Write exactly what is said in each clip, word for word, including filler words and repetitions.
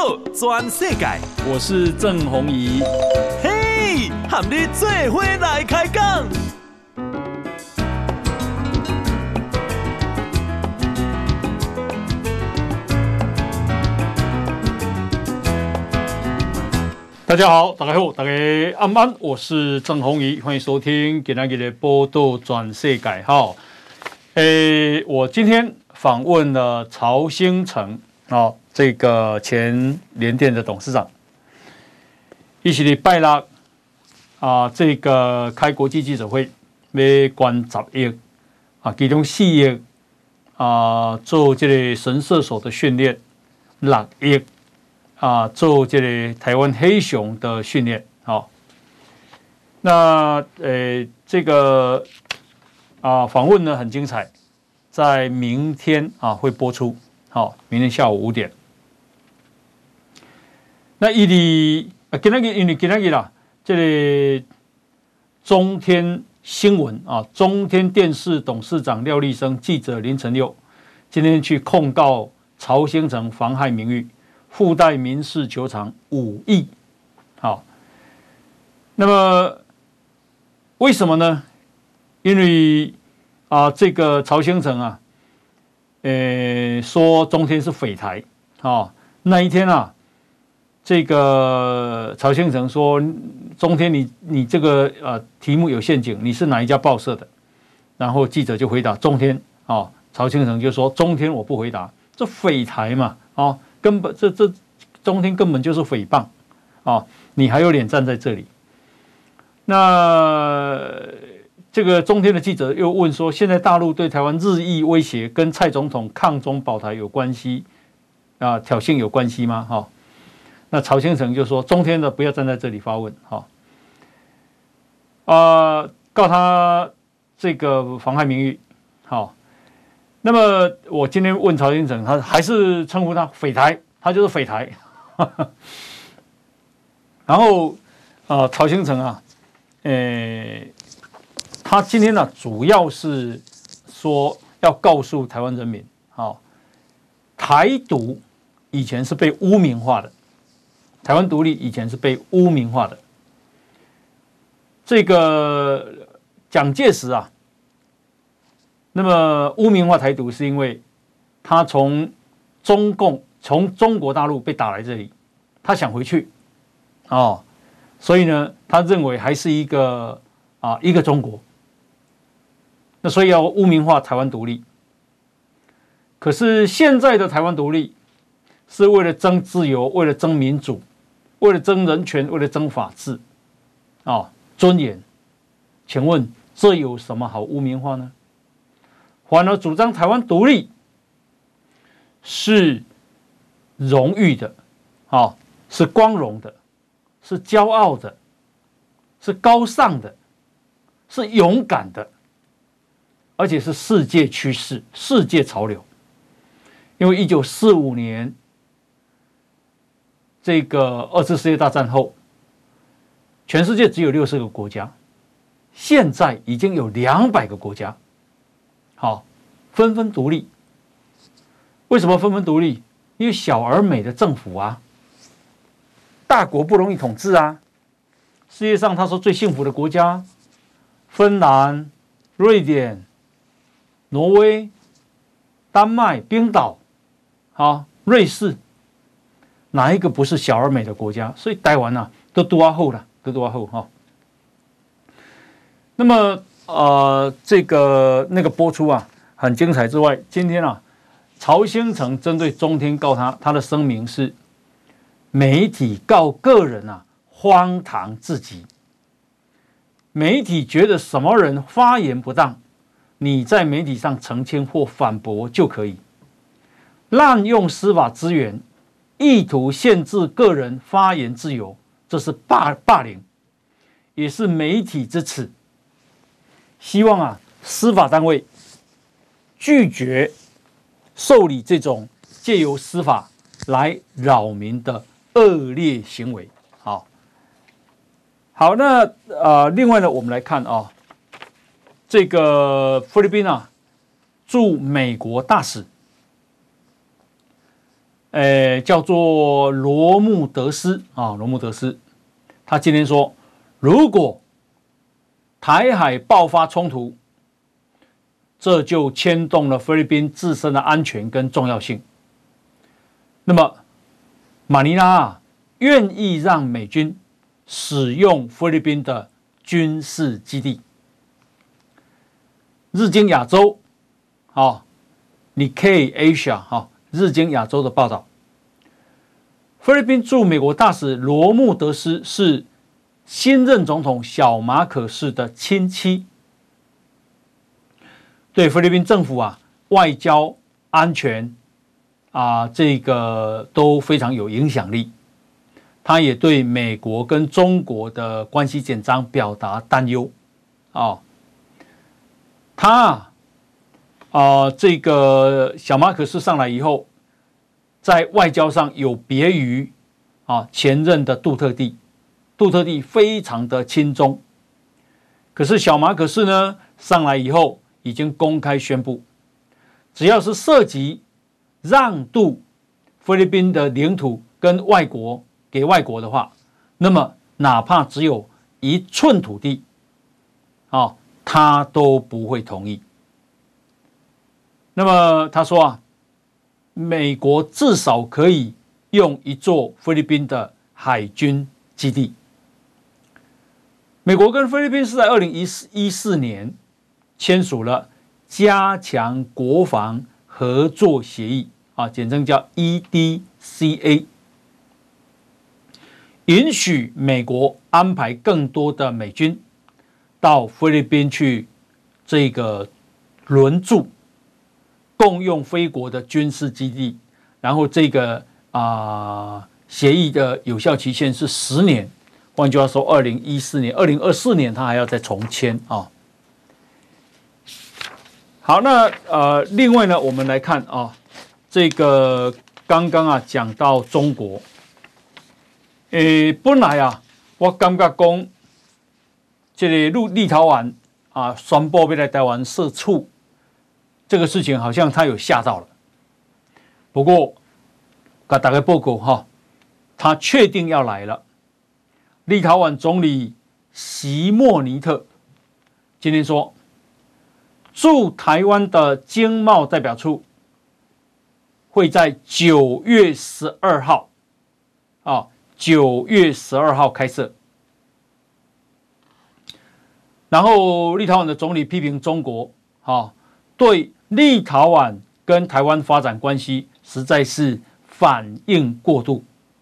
道全世界， 我是郑弘仪。 嘿，和你做伙来开讲。 大家好，大家好，大家安安，我是郑弘仪，欢迎收听今天的报道全世界。哈，诶，我今天访问了曹兴诚啊，这个前联电的董事长，一起礼拜六啊，这个开国际记者会，要关十亿啊，其中四亿啊做这个神射手的训练，六亿。啊，做这个台湾黑熊的训练，好、哦，那呃，这个啊访问呢很精彩，在明天啊会播出，好、哦，明天下午五点。那伊哩啊，今天因为今天啦，这个中天新闻啊，中天电视董事长廖立生、记者林成佑今天去控告曹兴诚妨害名誉。附带民事求偿五亿，好，那么为什么呢？因为啊，这个曹兴诚啊，呃，说中天是匪台，啊，那一天啊，这个曹兴诚说中天你你这个呃题目有陷阱，你是哪一家报社的？然后记者就回答中天，啊，曹兴诚就说中天我不回答，这匪台嘛，啊。根本这这中天根本就是诽谤啊！你还有脸站在这里？那这个中天的记者又问说：现在大陆对台湾日益威胁，跟蔡总统抗中保台有关系啊？挑衅有关系吗？哈、哦，那曹兴诚就说：中天的不要站在这里发问，哈、哦，啊，告他这个妨害名誉，好、哦。那么我今天问曹兴诚，他还是称呼他匪台，他就是匪台。然后啊、呃，曹兴诚啊，呃，他今天呢、啊、主要是说要告诉台湾人民，啊，台独以前是被污名化的，台湾独立以前是被污名化的。这个蒋介石啊。那么污名化台独是因为他从中共从中国大陆被打来这里，他想回去，哦，所以呢，他认为还是一个啊一个中国，那所以要污名化台湾独立。可是现在的台湾独立是为了争自由，为了争民主，为了争人权，为了争法治，啊、哦，尊严。请问这有什么好污名化呢？反而主张台湾独立是荣誉的，啊，是光荣的，是骄傲的，是高尚的，是勇敢的，而且是世界趋势、世界潮流。因为一九四五年这个二次世界大战后，全世界只有六十个国家，现在已经有两百个国家。好，纷纷独立。为什么纷纷独立？因为小而美的政府啊，大国不容易统治啊。世界上他说最幸福的国家，芬兰、瑞典、挪威、丹麦、冰岛，啊，瑞士，哪一个不是小而美的国家？所以台湾啊，都多阿后了，都多阿后哈。那么。呃，这个那个播出啊，很精彩之外，今天啊，曹兴诚针对中天告他，他的声明是媒体告个人啊，荒唐至极。媒体觉得什么人发言不当，你在媒体上澄清或反驳就可以。滥用司法资源，意图限制个人发言自由，这是霸霸凌，也是媒体之耻。希望啊，司法单位拒绝受理这种借由司法来扰民的恶劣行为。好，好，那呃，另外呢，我们来看啊，这个菲律宾啊，驻美国大使呃，叫做罗穆德斯啊，罗穆德斯，他今天说，如果台海爆发冲突，这就牵动了菲律宾自身的安全跟重要性。那么，马尼拉啊，愿意让美军使用菲律宾的军事基地。日经亚洲，啊 ，Nikkei Asia 哈，日经亚洲的报道，菲律宾驻美国大使罗穆德斯是新任总统小马可仕的亲戚，对菲律宾政府啊外交安全啊这个都非常有影响力。他也对美国跟中国的关系紧张表达担忧啊。他啊、呃，这个小马可仕上来以后，在外交上有别于啊前任的杜特地。杜特地非常的亲中，可是小马可仕呢上来以后已经公开宣布，只要是涉及让渡菲律宾的领土跟外国给外国的话，那么哪怕只有一寸土地，啊，他都不会同意。那么他说啊，美国至少可以用一座菲律宾的海军基地。美国跟菲律宾是在二零一四年签署了加强国防合作协议啊，简称叫 E D C A， 允许美国安排更多的美军到菲律宾去这个轮驻，共用菲国的军事基地，然后这个啊、呃、协议的有效期限是十年。换句话说，二零一四年、二零二四年，他还要再重签啊。好，那呃，另外呢，我们来看啊，这个刚刚啊讲到中国，诶，本来啊，我感觉讲，这个立立陶宛啊宣布要来台湾设处，这个事情好像他有吓到了。不过，给大家报告哈，他确定要来了。立陶宛总理席莫尼特今天说，驻台湾的经贸代表处会在九月十二号啊，九月十二号开设。然后立陶宛的总理批评中国啊，对立陶宛跟台湾发展关系实在是反应过度。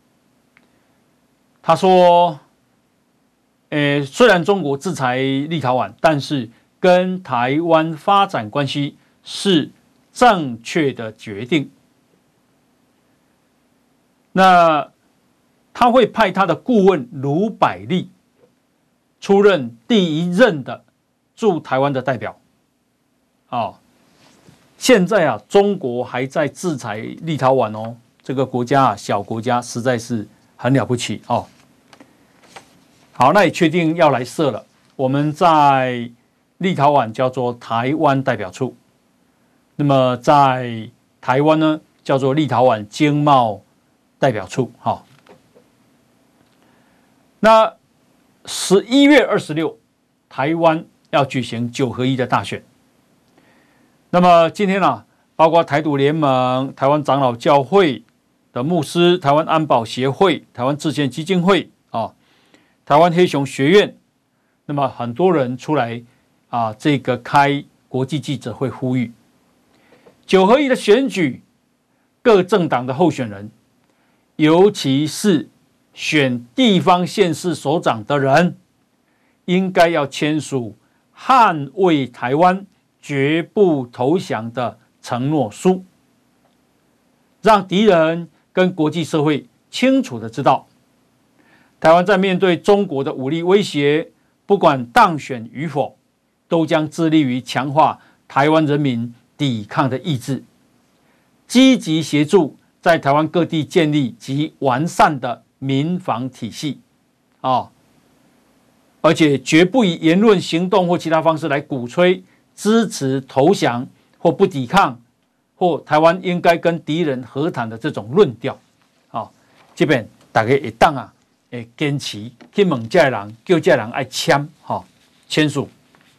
他说，呃，虽然中国制裁立陶宛，但是跟台湾发展关系是正确的决定。那他会派他的顾问卢百利出任第一任的驻台湾的代表。哦，现在啊，中国还在制裁立陶宛哦，这个国家啊，小国家实在是很了不起哦。好，那也确定要来设了。我们在立陶宛叫做台湾代表处，那么在台湾呢叫做立陶宛经贸代表处。好，那十一月二十六，台湾要举行九合一的大选。那么今天啊，包括台独联盟、台湾长老教会的牧师、台湾安保协会、台湾制宪基金会啊。台湾黑熊学院，那么很多人出来啊，这个开国际记者会呼吁九合一的选举，各政党的候选人，尤其是选地方县市首长的人，应该要签署捍卫台湾、绝不投降的承诺书，让敌人跟国际社会清楚的知道，台湾在面对中国的武力威胁，不管当选与否，都将致力于强化台湾人民抵抗的意志，积极协助在台湾各地建立及完善的民防体系，啊，而且绝不以言论、行动或其他方式来鼓吹、支持投降或不抵抗或台湾应该跟敌人和谈的这种论调，啊，这边大家一当啊，诶，坚持去问这人，叫这人爱签，哈，签署。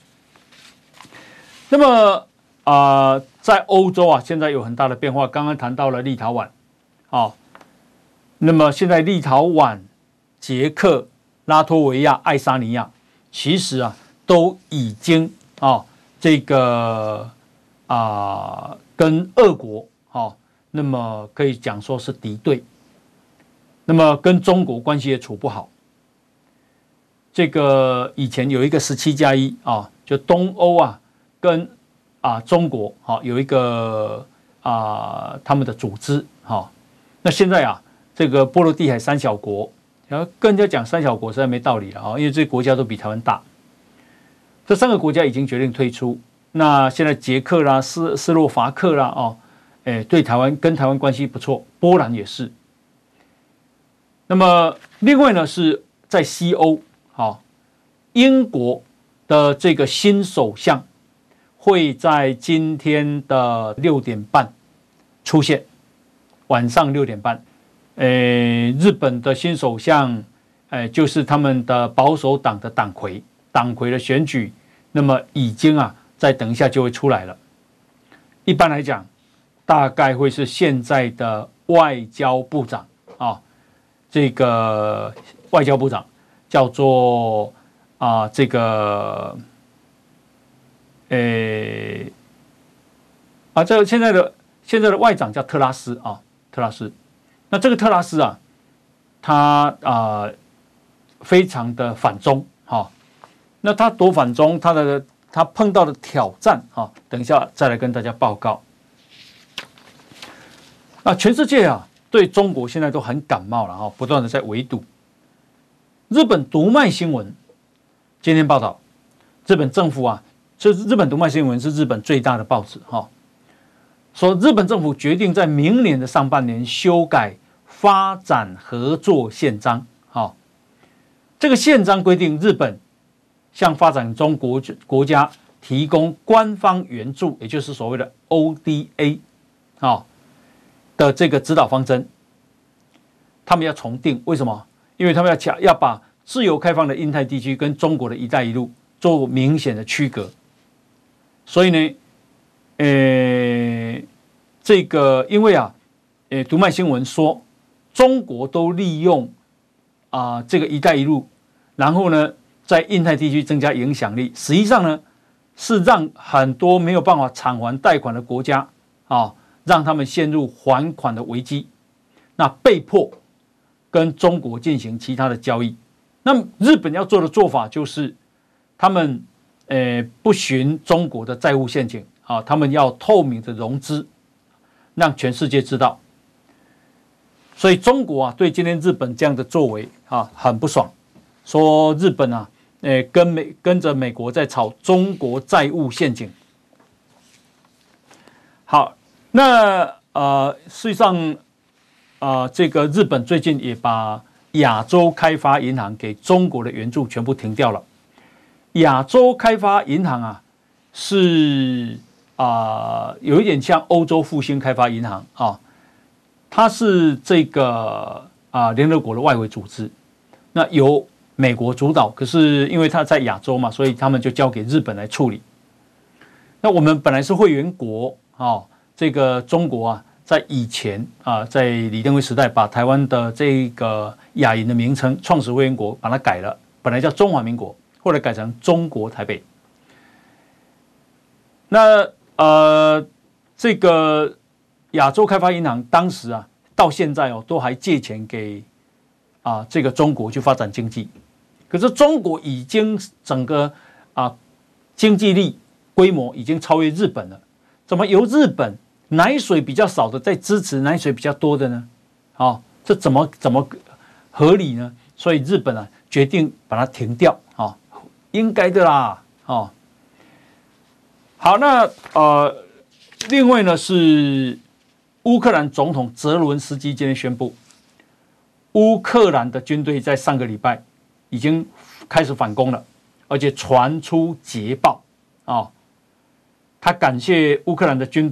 那么啊、呃，在欧洲啊，现在有很大的变化。刚刚谈到了立陶宛，啊，那么现在立陶宛、捷克、拉脱维亚、爱沙尼亚，其实啊，都已经啊，这个啊，跟俄国啊，那么可以讲说是敌对。那么跟中国关系也处不好。这个以前有一个十七加一啊，就东欧啊。跟啊中国哈、啊、有一个啊他们的组织哈、啊，那现在啊这个波罗的海三小国，然后跟人家讲三小国实在没道理了啊，因为这些国家都比台湾大。这三个国家已经决定退出，那现在捷克啦、斯斯洛伐克啦哦，哎对台湾跟台湾关系不错，波兰也是。那么另外呢是在西欧，好、啊，英国的这个新首相。会在今天的六点半出现，晚上六点半。呃，日本的新首相，呃，就是他们的保守党的党魁，党魁的选举，那么已经啊，在等一下就会出来了。一般来讲，大概会是现在的外交部长啊，这个外交部长叫做啊，这个。诶，啊，这个现在的现在的外长叫特拉斯啊，特拉斯。那这个特拉斯啊，他啊、呃、非常的反中哈、啊。那他多反中，他的他碰到的挑战啊，等一下再来跟大家报告。那全世界啊，对中国现在都很感冒了啊，不断的在围堵。日本读卖新闻今天报道，日本政府啊。这日本读卖新闻是日本最大的报纸哈，说日本政府决定在明年的上半年修改发展合作宪章哈，这个宪章规定日本向发展中国国家提供官方援助，也就是所谓的 O D A 啊的这个指导方针，他们要重定，为什么？因为他们要强要把自由开放的印太地区跟中国的一带一路做明显的区隔。所以呢，呃，这个因为啊，呃，读卖新闻说，中国都利用啊、呃、这个“一带一路”，然后呢，在印太地区增加影响力，实际上呢，是让很多没有办法偿还贷款的国家啊，让他们陷入还款的危机，那被迫跟中国进行其他的交易。那么日本要做的做法就是，他们。呃，不循中国的债务陷阱啊，他们要透明的融资，让全世界知道。所以中国啊，对今天日本这样的作为啊，很不爽，说日本啊，呃，跟美跟着美国在炒中国债务陷阱。好，那呃，实际上啊、呃，这个日本最近也把亚洲开发银行给中国的援助全部停掉了。亚洲开发银行啊，是啊、呃，有一点像欧洲复兴开发银行啊，它是这个啊联合国的外围组织，那由美国主导，可是因为它在亚洲嘛，所以他们就交给日本来处理。那我们本来是会员国啊，这个中国啊，在以前啊，在李登辉时代，把台湾的这个亚银的名称创始会员国把它改了，本来叫中华民国。后来改成中国台北。那呃，这个亚洲开发银行当时啊，到现在哦，都还借钱给啊这个中国去发展经济。可是中国已经整个啊经济力规模已经超越日本了，怎么由日本奶水比较少的在支持奶水比较多的呢？啊，这怎么怎么合理呢？所以日本啊决定把它停掉啊。应该的啦，哦，好，那呃，另外呢是乌克兰总统泽伦斯基今天宣布，乌克兰的军队在上个礼拜已经开始反攻了，而且传出捷报啊、哦，他感谢乌克兰的军队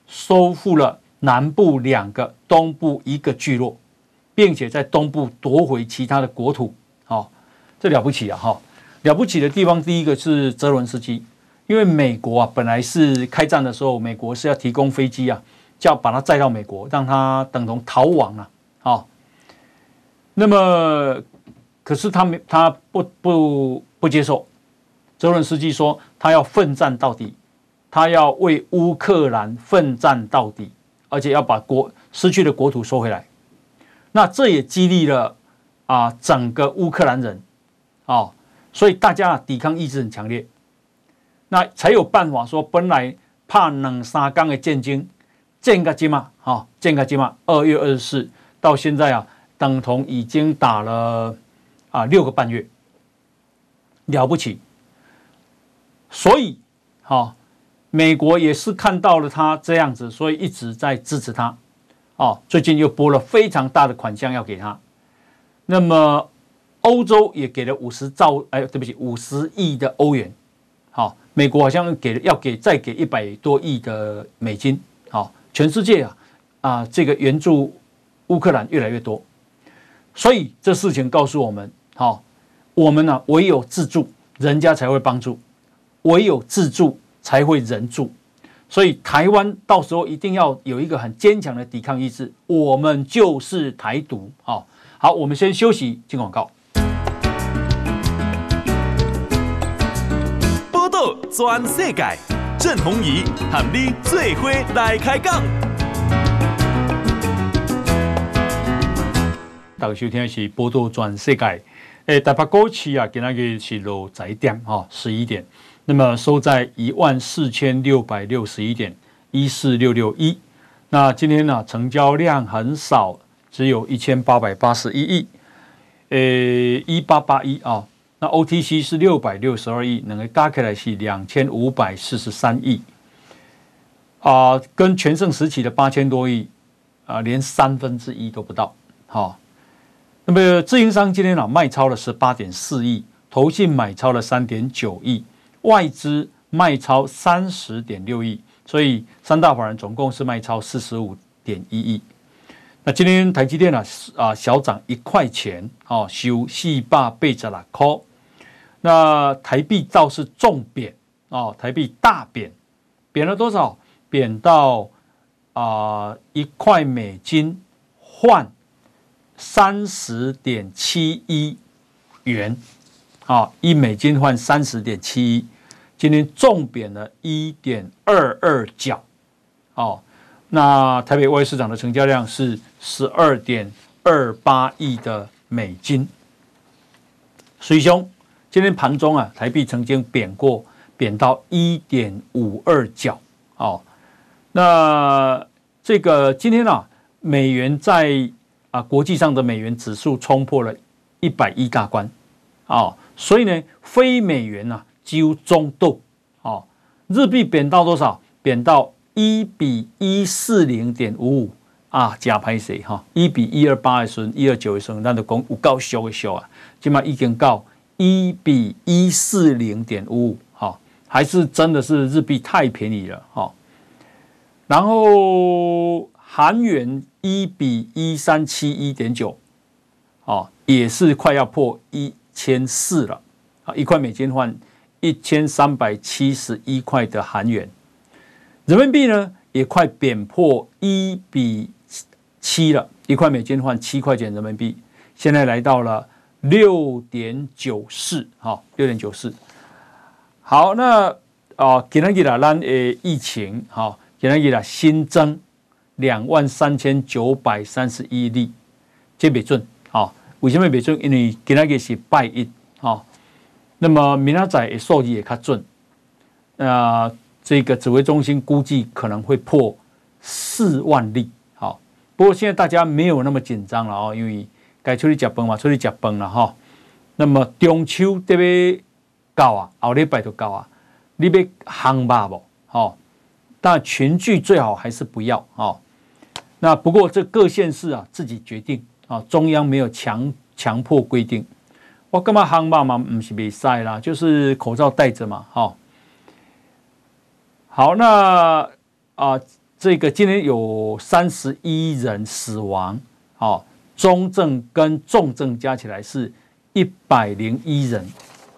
收复了南部两个、东部一个聚落，并且在东部夺回其他的国土。哦，这了不起啊！哈、哦，了不起的地方，第一个是泽伦斯基，因为美国啊，本来是开战的时候，美国是要提供飞机啊，叫把他载到美国，让他等同逃亡啊。哦，那么可是他没，他不不不接受。泽伦斯基说，他要奋战到底，他要为乌克兰奋战到底，而且要把国失去的国土收回来。那这也激励了啊整个乌克兰人，哦，所以大家抵抗意志很强烈，那才有办法说，本来怕两三天的战争，战到今嘛，哈，战到今嘛，二月二十四到现在啊，等同已经打了啊六个半月，了不起。所以，好、哦，美国也是看到了他这样子，所以一直在支持他。哦，最近又拨了非常大的款项要给他。那么，欧洲也给了五十兆，哎，对不起，五十亿的欧元。好、哦，美国好像给了要给再给一百多亿的美金。好、哦，全世界啊啊，这个援助乌克兰越来越多。所以这事情告诉我们，好、哦，我们呢、啊、唯有自助，人家才会帮助。唯有自助才会人助，所以台湾到时候一定要有一个很坚强的抵抗意志。我们就是台独。好，好，我们先休息，进广告。 报道全世界，郑鸿仪和你做伙来开讲。 大家收听的是报道全世界。诶，台北股市啊，今仔日是落十一点，哈，十一点。那么收在一万四千六百六十一点一四六六一。那今天呢、啊，成交量很少，只有一千八百八十一亿，呃，一八八一啊。那 O T C 是六百六十二亿，两个加起来是两千五百四十三亿啊、呃，跟全盛时期的八千多亿啊、呃，连三分之一都不到。好、哦，那么自营商今天啊卖超了十八点四亿，投信买超了三点九亿。外资卖超三十点六亿，所以三大法人总共是卖超四十五点一亿。那今天台积电啊啊小涨一块钱，哦，收四百八十六块。那台币倒是重贬哦，台币大贬，贬了多少？贬到啊一块美金换三十点七一元，啊，一美金换三十点七一。今天重贬了 一点二二角，哦，那台北外汇市场的成交量是 十二点二八亿的美金。水兄，今天盘中啊，台币曾经贬过，贬到 一点五二角，哦，那这个今天啊，美元在啊国际上的美元指数冲破了一百一大关，哦，所以呢，非美元啊。几乎中度，哦，日币贬到多少？贬到一比一四零点五五啊，加歹势哈，一比一二八的时候，一二九的时候，咱就讲有够俗的俗啊，今嘛已经到一比一四零点五五，哈，还是真的是日币太便宜了，哈。然后韩元一比一三七一点九，哦，也是快要破一千四了，啊，一块美金换。一千三百七十一块的韩元，人民币呢也快贬破一比七了，一块美金换七块钱人民币，现在来到了六点九四，好，六点九四。好，那啊，今天啦，咱的疫情，好，今天啦新增两万三千九百三十一例，这不准，好，为什么不准？因为今天是拜一，好。那么明仔载的数字也较准，呃，这个指挥中心估计可能会破四万例。好，不过现在大家没有那么紧张了哦，因为该出去吃饭嘛，出去吃饭了哈。那么中秋这边到啊，后礼拜就到啊，你要烘肉不？好，但群聚最好还是不要哦。那不过这各县市啊自己决定啊，中央没有强强迫规定。我干嘛烘肉嘛？不是袂使啦，就是口罩戴着嘛，哈、哦。好，那啊、呃， 这个今天有三十一人死亡，哦，中症跟重症加起来是一百零一人。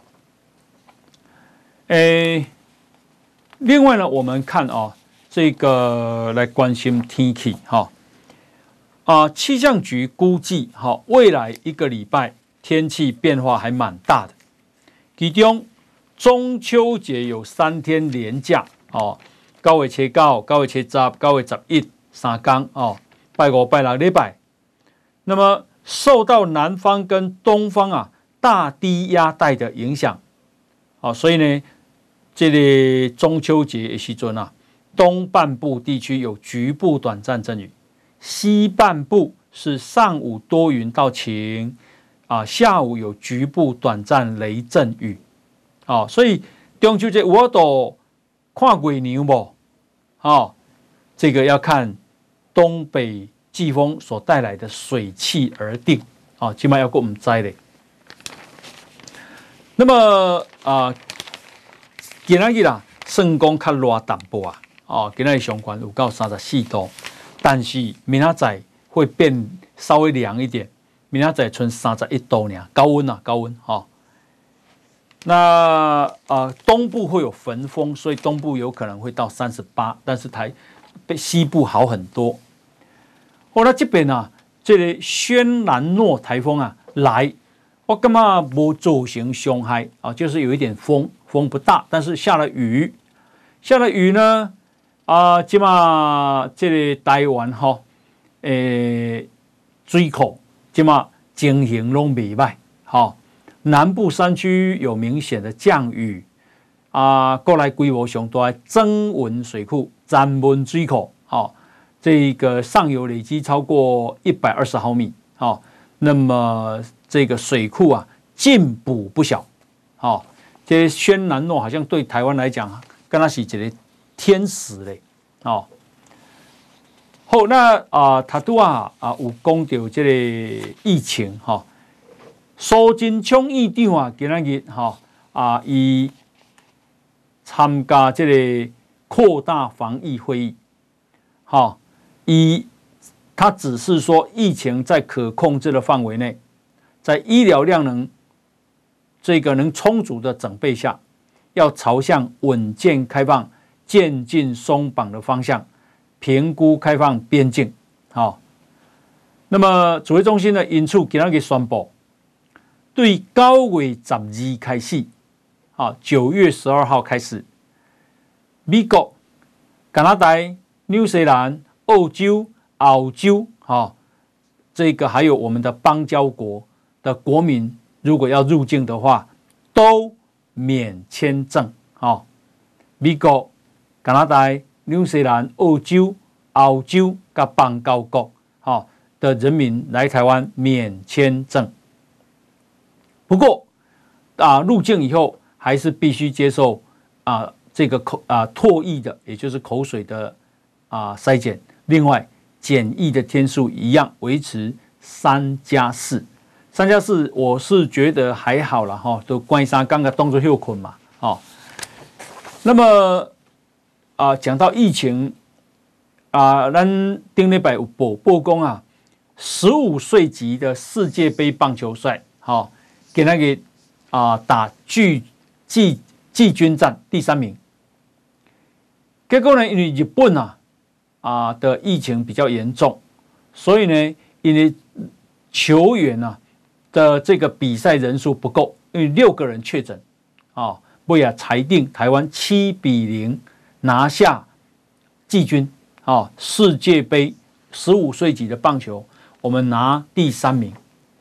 诶，另外呢，我们看哦，这个来关心天气哈。啊，气象局估计哈、哦，未来一个礼拜天气变化还蛮大的。其中中秋节有三天连假哦，九月七九、九月七十、九月十一三天哦，拜五、拜六、礼拜。那么受到南方跟东方啊大低压带的影响，哦，所以呢，这里中秋节的时阵啊，东半部地区有局部短暂阵雨。西半部是上午多云到晴，啊，下午有局部短暂雷阵雨，哦，所以中秋节我都看月亮不？哦，这个要看东北季风所带来的水汽而定，哦，起码要够我们知的。那么啊，今仔日啦，算讲较热淡薄啊，哦，今仔日上悬有到三十四度。但是明仔载会变稍微凉一点，明仔载剩三十一度呢，高温啊，高温哈、哦。那啊、呃，东部会有焚风，所以东部有可能会到三十八，但是台北西部好很多。哦，那这边啊，这个轩岚诺台风啊来，我干嘛不造成伤害啊？就是有一点风，风不大，但是下了雨，下了雨呢。啊，即马这个台湾吼，诶，水库即马情形拢袂歹，吼，南部山区有明显的降雨，啊，过来规模上大的曾文水库、詹文水库，吼，这个上游累积超过一百二十毫米，吼，那么这个水库啊进补不小，吼，这轩岚诺好像对台湾来讲，跟它是一个天使嘞，哦，好，那啊，他都啊啊有讲到这个疫情哈，苏贞昌院长啊，今仔日哈啊，伊参加这个扩大防疫会议，哈，伊他只是说疫情在可控制的范围内，在医疗量能这个能充足的整备下，要朝向稳健开放。渐进松绑的方向，评估开放边境。好、哦，那么指挥中心呢，因此今天给宣布，对九月十二开始，啊，九月十二号开始，美国、加拿大、纽西兰、澳洲、澳洲，哈、哦，这个还有我们的邦交国的国民，如果要入境的话，都免签证。哦，美国。加拿大、纽西兰、澳洲、澳洲跟邦交国，哈的人民来台湾免签证。不过啊，入境以后还是必须接受啊这个口啊唾液的，也就是口水的啊筛检。另外，检疫的天数一样维持三加四。三加四，我是觉得还好了哈，都关三刚刚动作又困嘛，哦。那么。啊，讲到疫情啊，咱顶礼拜有报报讲啊，十五岁级的世界杯棒球赛，好、哦，给那个啊打季季季军战第三名。结果呢，因为日本啊啊的疫情比较严重，所以呢，因为球员啊的这个比赛人数不够，因为六个人确诊，啊、哦，为了裁定台湾七比零。拿下季军啊、哦！世界杯十五岁级的棒球，我们拿第三名。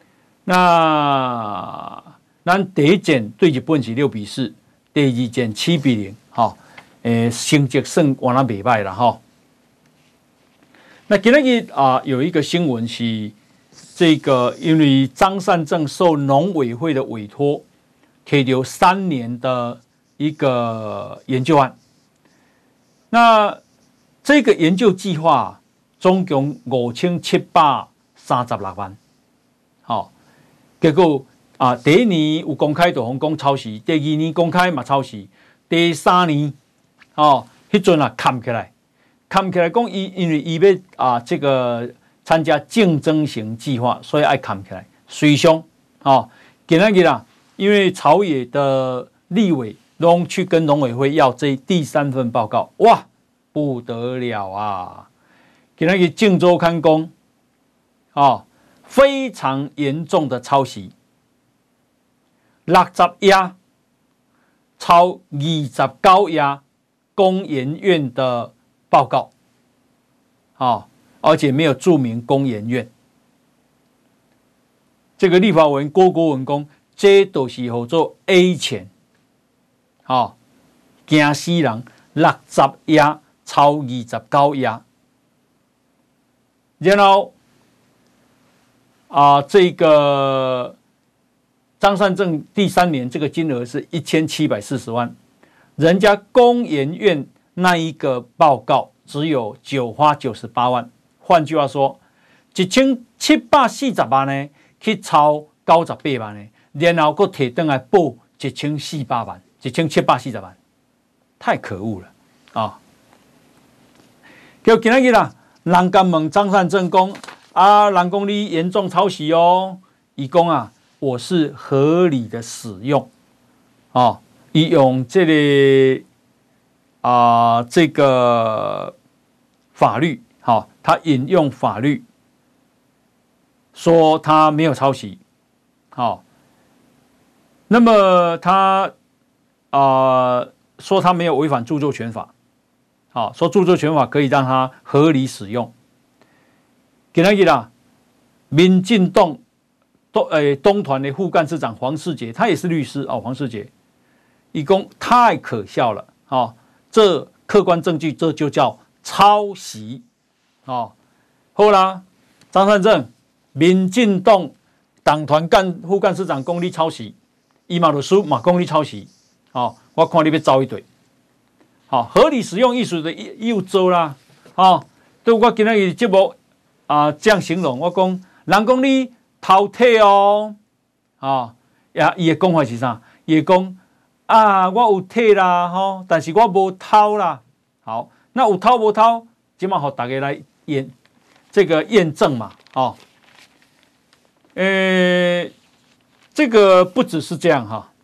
那咱第一战对日本是六比四，第二战七比零，哈，诶，成绩算完了袂歹了哈。那今天啊有一个新闻是这个，因为张善政受农委会的委托，提留三年的一个研究案。那这个研究计划总共五千七百三十六万，好、哦，结果啊，第一年有公开就红讲抄袭，第二年公开嘛抄袭，第三年哦，迄阵啊砍起来， 看起来讲，伊因为伊要啊这个参加竞争型计划，所以爱看起来水凶啊。今天啦，因为朝野的立委都去跟农委会要这第三份报告，哇，不得了啊！今天镜周刊讲，啊，非常严重的抄袭，六十页抄二十九页工研院的报告，啊，而且没有注明工研院。这个立法委员郭国文讲，这都是叫做 A 钱，啊，惊死人，六十页抄二十九页，然后啊，这个张善政第三年这个金额是一千七百四十万，人家工研院那一个报告只有九花九十八万，换句话说，一千七百四十万呢，去抄九十八万呢，然后佫摕回来报一千四百万，一千七百四十万，太可恶了啊！就今日啦，人家问张善政讲啊，人讲你严重抄袭哦，伊讲啊，我是合理的使用，啊，伊用这个啊、呃、这个法律，好、哦，他引用法律说他没有抄袭，好、哦，那么他啊、呃、说他没有违反著作权法，好、哦，说著作权法可以让他合理使用。今天啦，民进党东诶东团的副干事长黄世杰，他也是律师哦，黄世杰，一共太可笑了啊、哦！这客观证据，这就叫抄袭哦。好啦，张善政，民进党党团干副干事长讲你抄袭，伊嘛律师嘛讲你抄袭，哦，我看你要走一堆，好、哦，合理使用艺术的又做啦，哦，对我今天的节目。啊，这样形容我讲，人讲你偷退哦，啊，呀，伊的讲法是啥？伊会讲啊，我有退啦，吼，但是我无偷啦。好，那有偷无偷，今嘛好大家来验这个验证嘛，哦，呃，这个不只是这样哈，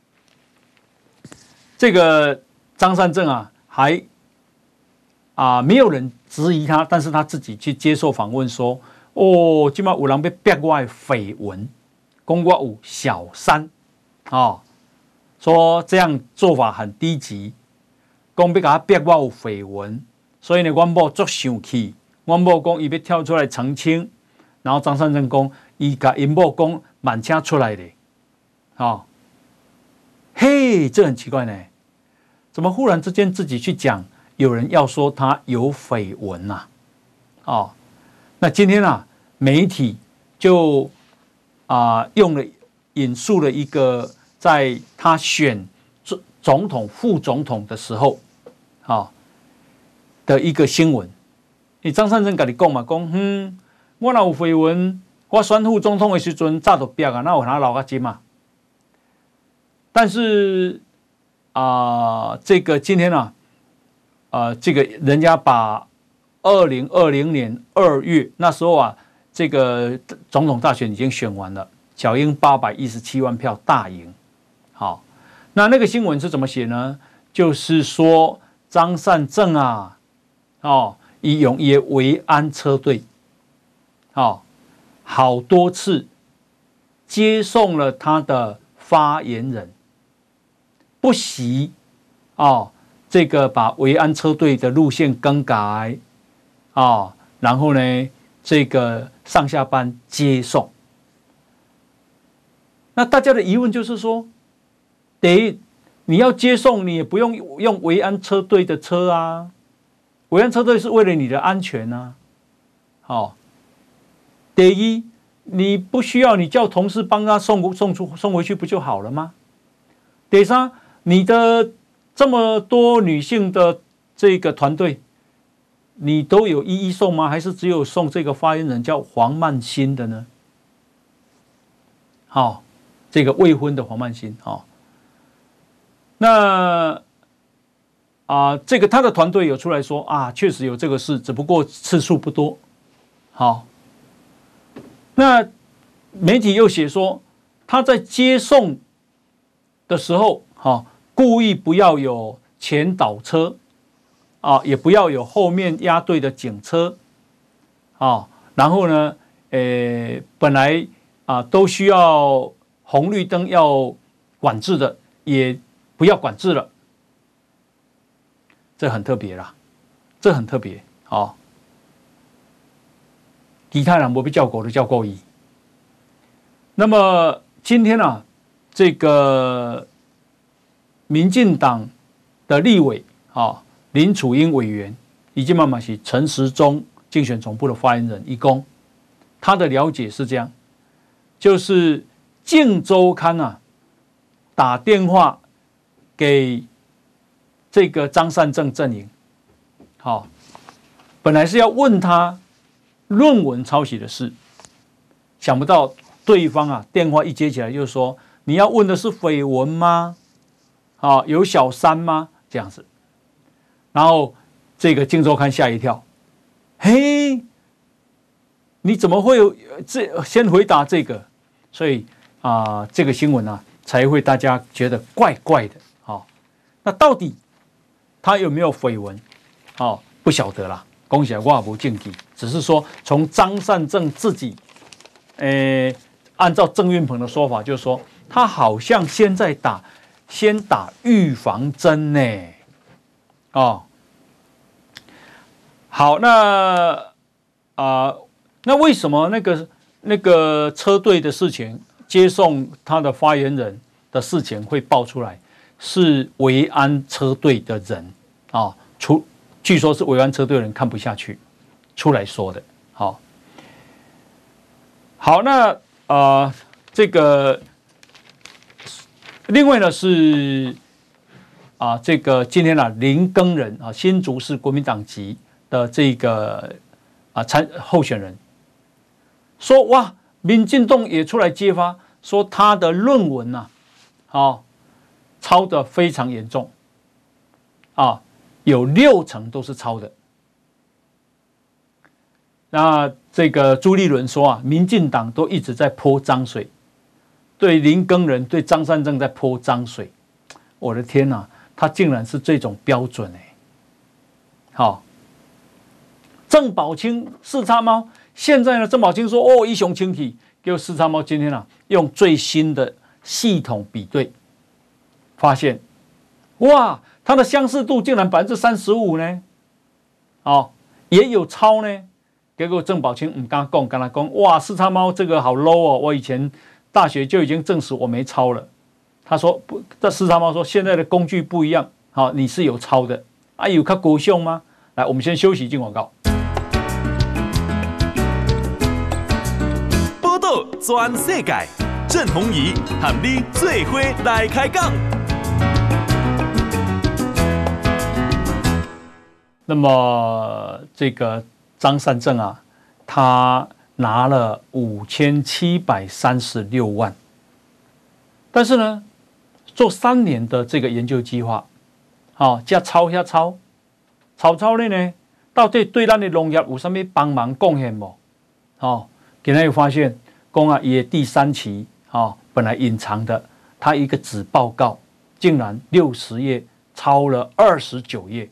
这个张善政啊，还啊，没有人质疑他，但是他自己去接受访问说：“哦，今嘛有人被逼我的绯闻，讲我有小三，啊、哦，说这样做法很低级，讲要给他逼我有绯闻，所以呢，阮某足生气，阮某讲伊要跳出来澄清，然后张善政讲伊甲因某讲满车出来的，啊、哦，嘿，这很奇怪呢，怎么忽然之间自己去讲？”有人要说他有绯闻呐，哦，那今天啊，媒体就啊、呃、用了引述了一个在他选总统、副总统的时候，啊、哦、的一个新闻。你张善政跟你讲嘛，讲嗯，我若有绯闻，我选副总统的时阵早就逼啊，那有哪老个金嘛？但是啊、呃，这个今天啊。呃，这个人家把二零二零年二月那时候啊，这个总统大选已经选完了，小英八百一十七万票大赢。好，那那个新闻是怎么写呢？就是说张善政啊，哦，以用也维安车队，哦，好多次接送了他的发言人，不惜哦。这个把维安车队的路线更改啊、哦，然后呢，这个上下班接送。那大家的疑问就是说，第一，你要接送，你也不用用维安车队的车啊，维安车队是为了你的安全啊。好、哦，第一，你不需要你叫同事帮他送送出送回去不就好了吗？第三，你的这么多女性的这个团队，你都有一一送吗？还是只有送这个发言人叫黄曼欣的呢？好、哦，这个未婚的黄曼欣，好、哦，那啊，这个他的团队有出来说啊，确实有这个事，只不过次数不多。好，那媒体又写说他在接送的时候，哈，故意不要有前导车，啊，也不要有后面押队的警车，啊，然后呢，呃，本来啊都需要红绿灯要管制的，也不要管制了。这很特别啦，这很特别哦。其他人不被叫狗的叫够义。那么今天啊，这个民进党的立委啊，林楚英委员以及慢慢是陈时中竞选总部的发言人一公，他的了解是这样，就是《镜周刊》啊打电话给这个张善政阵营，好，本来是要问他论文抄袭的事，想不到对方啊电话一接起来就说：“你要问的是绯闻吗？啊，有小三吗？”这样子，然后这个《镜周刊》吓一跳，嘿，你怎么会有这？先回答这个，所以啊、呃，这个新闻啊才会大家觉得怪怪的。好，那到底他有没有绯闻？哦，不晓得啦。恭喜我也不证据，只是说从张善政自己，呃，按照郑运鹏的说法，就是说他好像现在打先打预防针呢。哦，好，那啊、呃，那为什么那个那个车队的事情，接送他的发言人的事情会爆出来？是维安车队的人啊，出据说是维安车队的人看不下去，出来说的。好，好，那呃，这个另外呢是啊，这个今天啊林耕仁啊，新竹市国民党籍的这个啊参候选人说，哇，民进党也出来揭发，说他的论文呐、啊，好。抄的非常严重，啊，有六成都是抄的。那这个朱立伦说啊，民进党都一直在泼脏水，对林耕仁、对张善政在泼脏水。我的天哪、啊，他竟然是这种标准哎！好，郑宝清四叉猫，现在呢，郑宝清说哦，一雄清体，结果四叉猫今天啊，用最新的系统比对。发现，哇，它的相似度竟然百分之三十五呢，哦，也有抄呢。结果郑宝清唔敢讲，跟他讲，哇，四叉猫这个好 low 哦，我以前大学就已经证实我没抄了。他说不，这四叉猫说现在的工具不一样，好、哦，你是有抄的啊？有看国秀吗？来，我们先休息进广告。 报道全世界，郑鸿仪和你做伙来开讲。 那么这个张善政啊，他拿了五千七百三十六万，但是呢，做三年的这个研究计划，好、哦，加抄下抄，抄抄的呢，到底对咱的农业有什么帮忙贡献不？哦，今天又发现，讲啊，也第三期，哦，本来隐藏的，他一个子报告，竟然六十页抄了二十九页。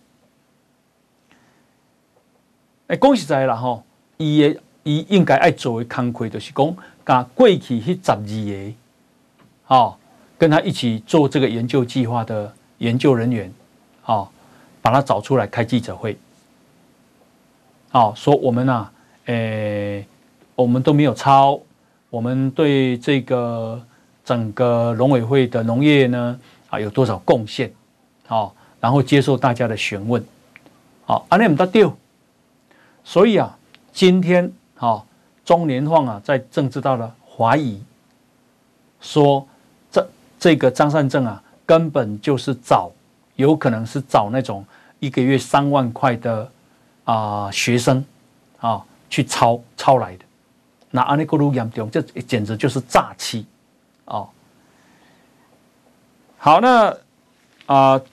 哎，恭喜在啦吼！伊的伊应该爱做的工作，就是讲，把过去迄十二个，哦，跟他一起做这个研究计划的研究人员，哦，把他找出来开记者会，哦，说我们啊，诶，我们都没有抄，我们对这个整个农委会的农业呢，啊，有多少贡献，哦，然后接受大家的询问，好，安尼唔得对。所以啊，今天啊、哦，中联放啊，在政治道的怀疑，说这这个张善政啊，根本就是找，有可能是找那种一个月三万块的啊、呃、学生啊、哦、去抄抄来的，那安尼个路严重，这简直就是诈欺哦。好，那啊、呃，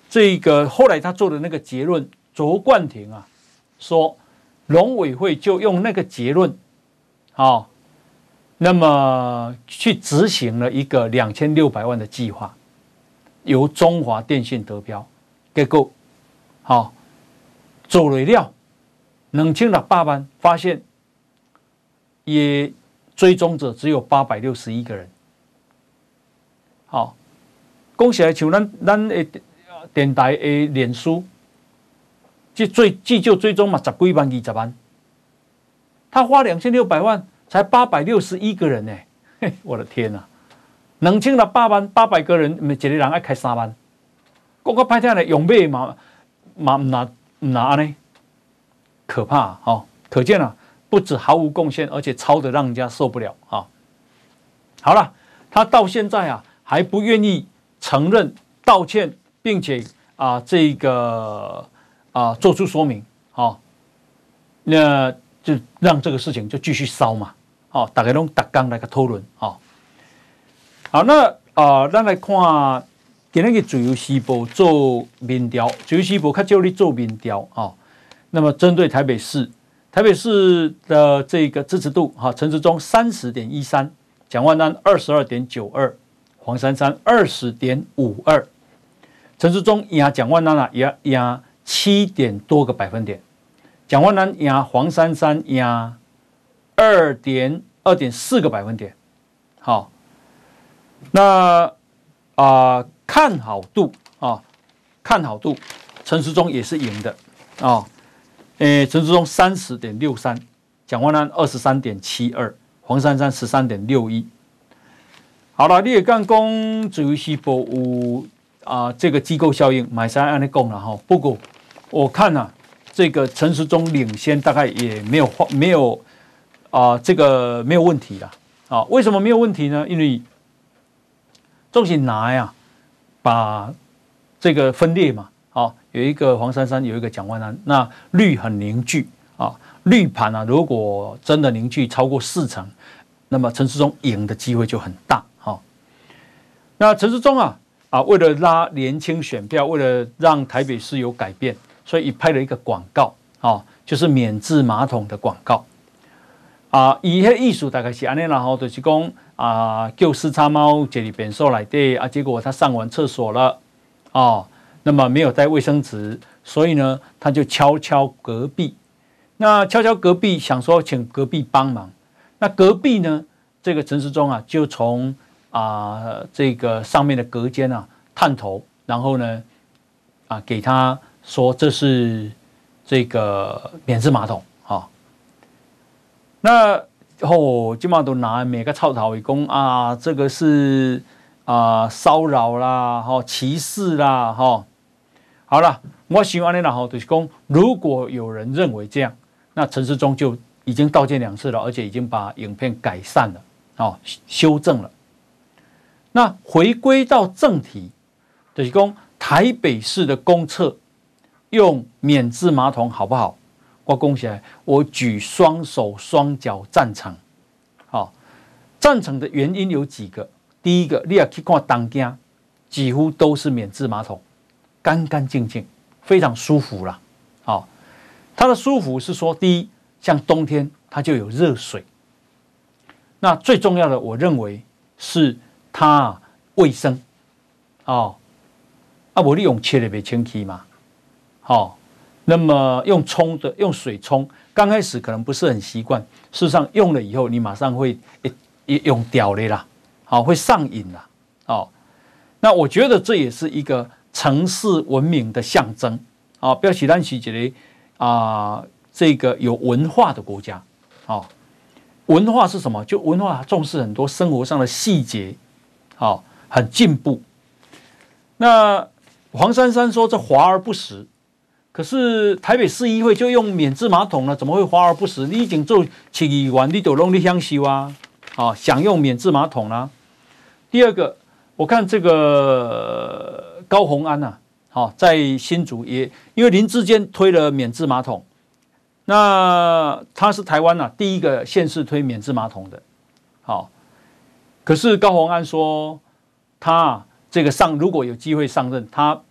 这个后来他做的那个结论，卓冠廷啊说，农委会就用那个结论，哦，那么去执行了一个两千六百万的计划，由中华电信得标，结果好、哦、做了了两千六百万，发现也追踪者只有八百六十一个人。好，讲起来像咱咱的电台的脸书，即最即就追踪嘛，十几万、二十万，他花两千六百万，才八百六十一个人呢、欸，我的天哪、啊！两千六百万，八百个人，一个人爱开三万，讲个歹听的，用买嘛嘛唔拿唔拿呢，可怕啊！哦，可见啊，不止毫无贡献，而且超得让人家受不了啊！好了，他到现在啊。还不愿意承认道歉，并且啊，这个啊做出说明，好、哦，那就让这个事情就继续烧嘛，哦，大家拢逐工来个讨论，哦，好，那啊，咱来看今日个自由时报做民调，自由时报较少咧做民调啊、哦，那么针对台北市，台北市的这个支持度，哈、哦，陈时中三十点一三，蒋万安二十二点九二。黄珊珊二十点五二，陈时中赢蒋万安啊，赢赢七点多个百分点，蒋万安赢黄珊珊赢二点二点四个百分点。好，那啊、呃、看好度啊，看好度，陈时中也是赢的啊，诶，陈时中三十点六三，蒋万安二十三点七二，黄珊珊十三点六一。好了，你也刚讲自由时报有啊这个机构效应，买三按你讲了哈。不过我看啊，这个陈时中领先大概也没有没有啊这个没有问题了啊。为什么没有问题呢？因为中信拿呀，把这个分裂嘛，啊有一个黄珊珊，有一个蒋万安，那绿很凝聚啊，绿盘啊，如果真的凝聚超过四成，那么陈时中赢的机会就很大。那陈时中啊啊，为了拉年轻选票，为了让台北市有改变，所以拍了一个广告啊，就是免治马桶的广告啊。伊迄意思大概是安尼啦，吼，就是讲啊，叫四叉猫这里便所来的啊，结果他上完厕所了啊，那么没有带卫生纸，所以呢，他就敲敲隔壁，那敲敲隔壁，想说请隔壁帮忙，那隔壁呢，这个陈时中啊，就从啊，这个上面的隔间啊，探头，然后呢，啊，给他说这是这个免治马桶啊、哦。那哦，今嘛都拿每个臭头一讲啊，这个是啊骚扰啦，哈、哦，歧视啦，哈、哦。好了，我喜欢你啦，哈，就是讲，如果有人认为这样，那陈时中就已经道歉两次了，而且已经把影片改善了，哦，修正了。那回归到正题，就是说台北市的公厕用免治马桶好不好？我讲起来，我举双手双脚赞成。好，赞成的原因有几个。第一个，你也去看东京，几乎都是免治马桶，干干净净，非常舒服啦。好，它的舒服是说，第一，像冬天它就有热水。那最重要的，我认为是它卫生，哦，啊，我利用切的别清气嘛，好、哦，那么用冲的，用水冲，刚开始可能不是很习惯，事实上用了以后，你马上会也用掉了啦，好、哦，会上瘾啦，哦，那我觉得这也是一个城市文明的象征，啊、哦，标起咱是一个啊，这个有文化的国家，哦，文化是什么？就文化重视很多生活上的细节。好、哦，很进步。那黄珊珊说这华而不实，可是台北市议会就用免治马桶了，怎么会华而不实？你已经做市议员，你就拢你享受啊，啊，享用免治马桶啦、啊。第二个，我看这个高虹安呐、啊，好、哦，在新竹也因为林智坚推了免治马桶，那他是台湾呐、啊、第一个县市推免治马桶的，好、哦。可是高虹安说，他这个上如果有机会上任，他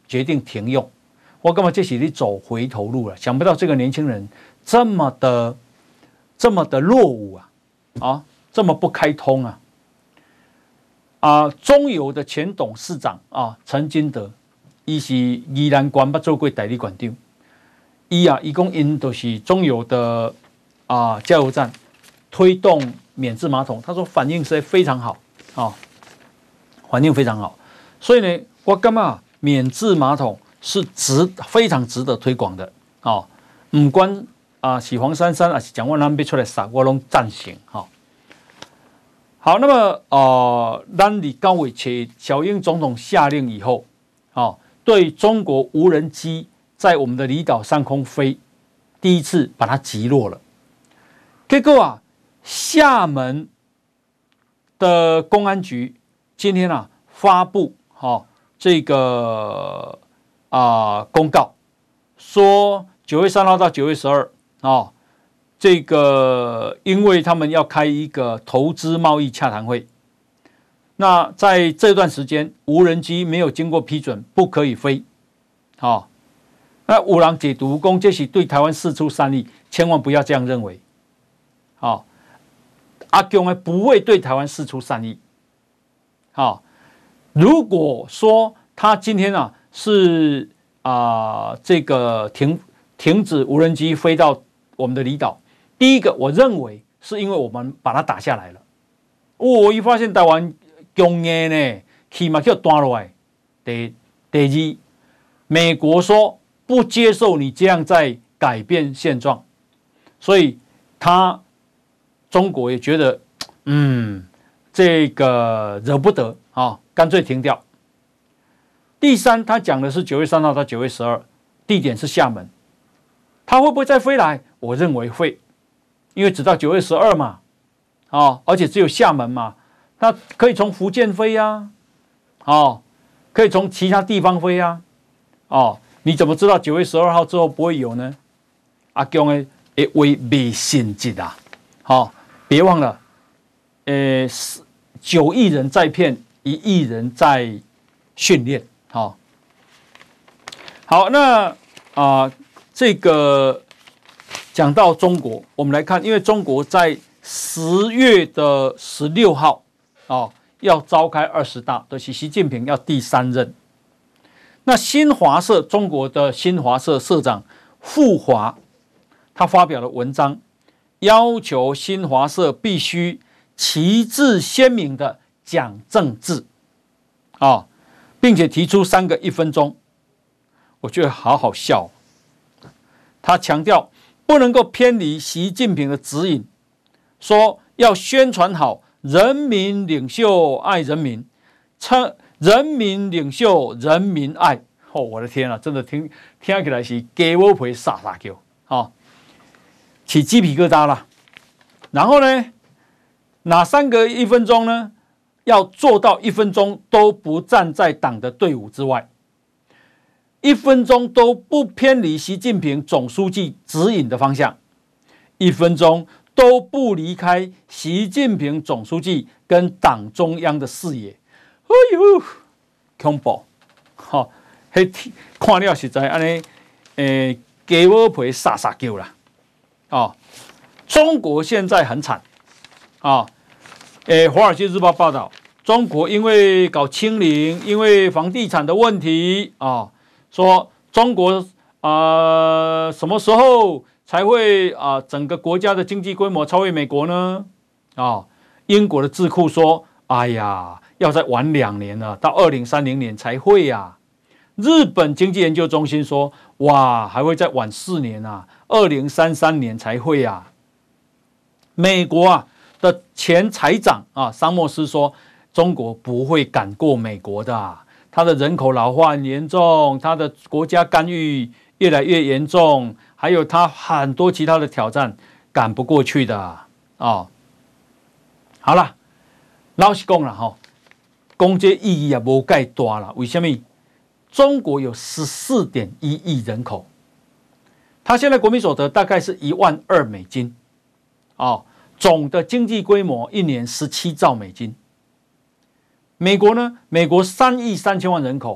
决定停用。我干嘛这是你走回头路了？想不到这个年轻人这么的这么的落伍啊，啊，这么不开通啊！啊，中油的前董事长啊，陈金德，伊是宜兰县捌做过代理县长，伊啊，伊讲因都是中油的啊加油站推动免治马桶，他说反应是非常好啊，反应非常好，所以呢，我感觉免治马桶是值非常值得推广的哦，不管啊是黄珊珊还是蒋万安要出来撒，我拢赞成哈。好，那么呃，咱李高伟且小英总统下令以后，哦，对中国无人机在我们的离岛上空飞，第一次把它击落了。结果啊，厦门的公安局今天啊发布哈、哦、这个啊、呃、公告，说九月三号到九月十二啊，这个因为他们要开一个投资贸易洽谈会，那在这段时间无人机没有经过批准不可以飞，好、哦，那有人解读说这是对台湾释出善意，千万不要这样认为，好、哦，阿公呢不会对台湾释出善意，好、哦，如果说他今天啊是啊、呃、这个停停止无人机飞到我们的离岛。第一个，我认为是因为我们把它打下来了。我、哦、一发现台湾强硬呢，起码叫断落来。第第二，美国说不接受你这样在改变现状，所以他中国也觉得，嗯，这个惹不得啊、哦，干脆停掉。第三，他讲的是九月三号到九月十二，地点是厦门，他会不会再飞来？我认为会。因为直到九月十二嘛，哦，而且只有厦门嘛，那可以从福建飞呀、啊，哦，可以从其他地方飞呀、啊，哦，你怎么知道九月十二号之后不会有呢？阿公的诶为未信节啊，好、哦，别忘了，呃，九亿人在骗，一亿人在训练，好、哦，好，那啊、呃，这个。讲到中国，我们来看，因为中国在十月的十六号，哦，要召开二十大，就是习近平要第三任。那新华社中国的新华社社长傅华，他发表了文章，要求新华社必须旗帜鲜明的讲政治，啊、哦，并且提出三个一分钟，我觉得好好笑。他强调。不能够偏离习近平的指引，说要宣传好人民领袖爱人民，称人民领袖人民爱。哦，我的天啊，真的听听起来是鸡窝皮撒撒叫，哦，起鸡皮疙瘩了。然后呢，哪三个一分钟呢？要做到一分钟都不站在党的队伍之外。一分钟都不偏离习近平总书记指引的方向，一分钟都不离开习近平总书记跟党中央的视野。哎呦，恐怖！好、哦，迄看了实在安尼，诶，鸡窝皮撒撒叫啦！哦，中国现在很惨啊！诶，《华尔街日报》报道，中国因为搞清零，因为房地产的问题啊。哦说中国啊、呃，什么时候才会啊、呃，整个国家的经济规模超越美国呢？啊、哦，英国的智库说，哎呀，要再晚两年了，到二零三零年才会呀、啊。日本经济研究中心说，哇，还会再晚四年啊，二零三三年才会呀、啊。美国啊的前财长啊，桑莫斯说，中国不会赶过美国的、啊。它的人口老化很严重，它的国家干预越来越严重，还有它很多其他的挑战赶不过去的啊、哦！好了，老实讲了哈，讲这意义也无介大了。为什么？中国有十四点一亿人口，它现在国民所得大概是一万二美金，哦，总的经济规模一年十七兆美金。美国呢？美国三亿三千万人口，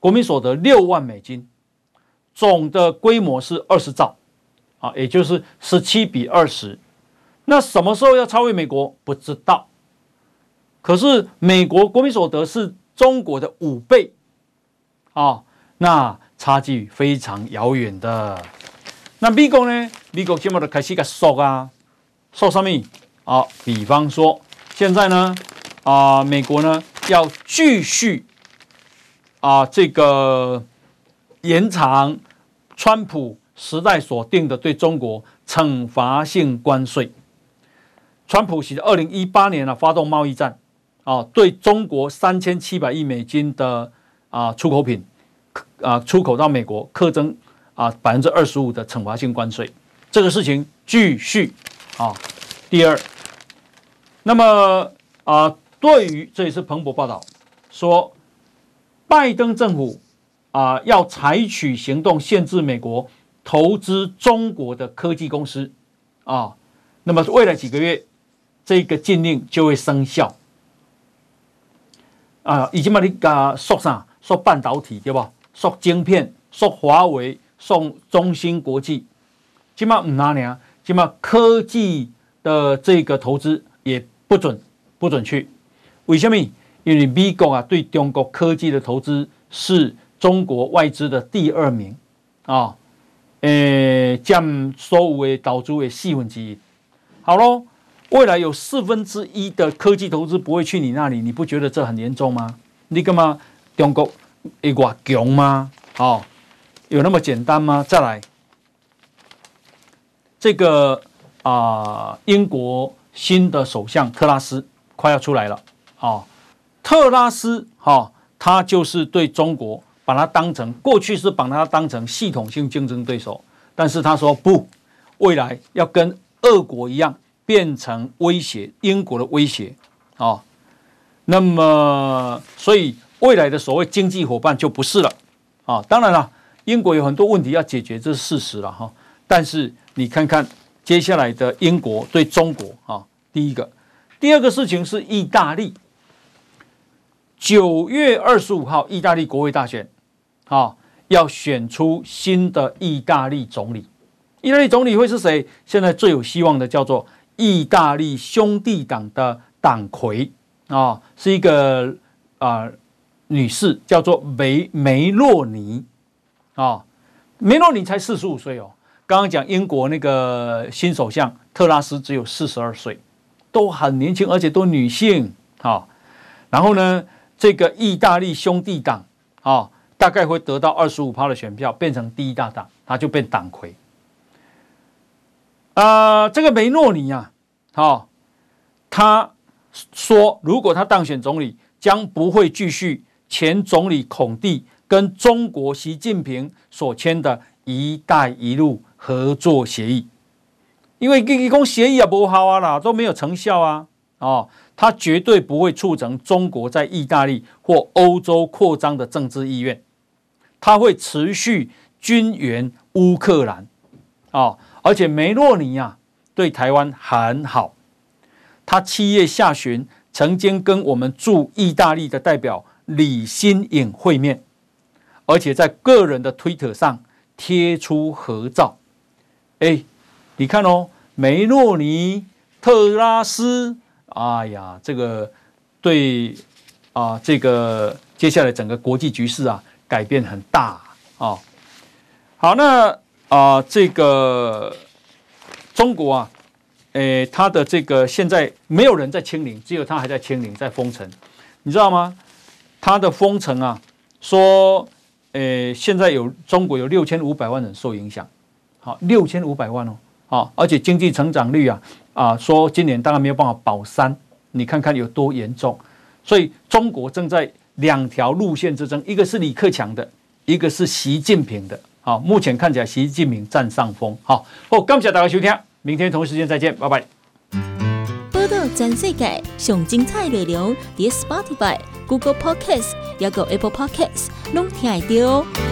国民所得六万美金，总的规模是二十兆啊，也就是十七比二十。那什么时候要超越美国？不知道。可是美国国民所得是中国的五倍啊，那差距非常遥远的。那美国呢？美国现在就开始个缩啊，缩什么啊？比方说，现在呢，啊、呃，美国呢要继续啊、呃，这个延长川普时代所定的对中国惩罚性关税。川普是二零一八年啊发动贸易战啊，对中国三千七百亿美金的啊出口品啊出口到美国课征啊百分之二十五的惩罚性关税，这个事情继续啊。第二，那么啊，对于这也是彭博报道说，拜登政府啊要采取行动限制美国投资中国的科技公司啊，那么未来几个月，这个禁令就会生效啊，已经把你噶缩啥？缩半导体对吧？缩晶片，缩华为，缩中芯国际，起码唔拿呢，起码科技的这个投资也不准不准去。为什么？因为美国啊对中国科技的投资是中国外资的第二名啊，诶，占所有的投资的四分之一。好咯，未来有四分之一的科技投资不会去你那里，你不觉得这很严重吗？你干嘛中国会外强吗？哦，有那么简单吗？再来，这个啊、呃，英国新的首相特拉斯快要出来了，哦，特拉斯哈、哦，他就是对中国把它当成过去是把它当成系统性竞争对手，但是他说不，未来要跟俄国一样变成威胁，英国的威胁啊、哦。那么，所以未来的所谓经济伙伴就不是了啊、哦。当然了，英国有很多问题要解决，这是事实了哈、哦。但是你看看接下来的英国对中国啊、哦，第一个，第二个事情是意大利。九月二十五号，意大利国会大选，啊、哦，要选出新的意大利总理。意大利总理会是谁？现在最有希望的叫做意大利兄弟党的党魁啊、哦，是一个啊、呃、女士，叫做梅梅洛尼啊、哦，梅洛尼才四十五岁哦。刚刚讲英国那个新首相特拉斯只有四十二岁，都很年轻，而且都女性啊、哦。然后呢，这个意大利兄弟党啊、哦，大概会得到二十五趴的选票，变成第一大党，他就变党魁。啊、呃，这个梅诺尼啊，哦，他说，如果他当选总理，将不会继续前总理孔蒂跟中国习近平所签的一带一路合作协议，因为一共协议也不好啊啦，都没有成效啊，哦，他绝对不会促成中国在意大利或欧洲扩张的政治意愿，他会持续军援乌克兰，哦。而且梅洛尼啊，对台湾很好。他七月下旬曾经跟我们驻意大利的代表李新颖会面，而且在个人的推特上贴出合照。哎，你看哦，梅洛尼、特拉斯，哎呀，这个对啊、呃，这个接下来整个国际局势啊改变很大啊、哦。好，那。啊、呃，这个中国啊，诶，他的这个现在没有人在清零，只有他还在清零，在封城，你知道吗？他的封城啊，说，诶，现在有中国有六千五百万人受影响，好，六千五百万哦，啊，而且经济成长率啊，啊，说今年当然没有办法保三，你看看有多严重，所以中国正在两条路线之争，一个是李克强的，一个是习近平的。好，目前看起来习近平占上风。好，好，感谢大家收听，明天同一时间再见，拜拜。 报道全世界上精彩内容，伫 Spotify、Google Podcasts， 还有 Apple Podcasts， 拢听得到。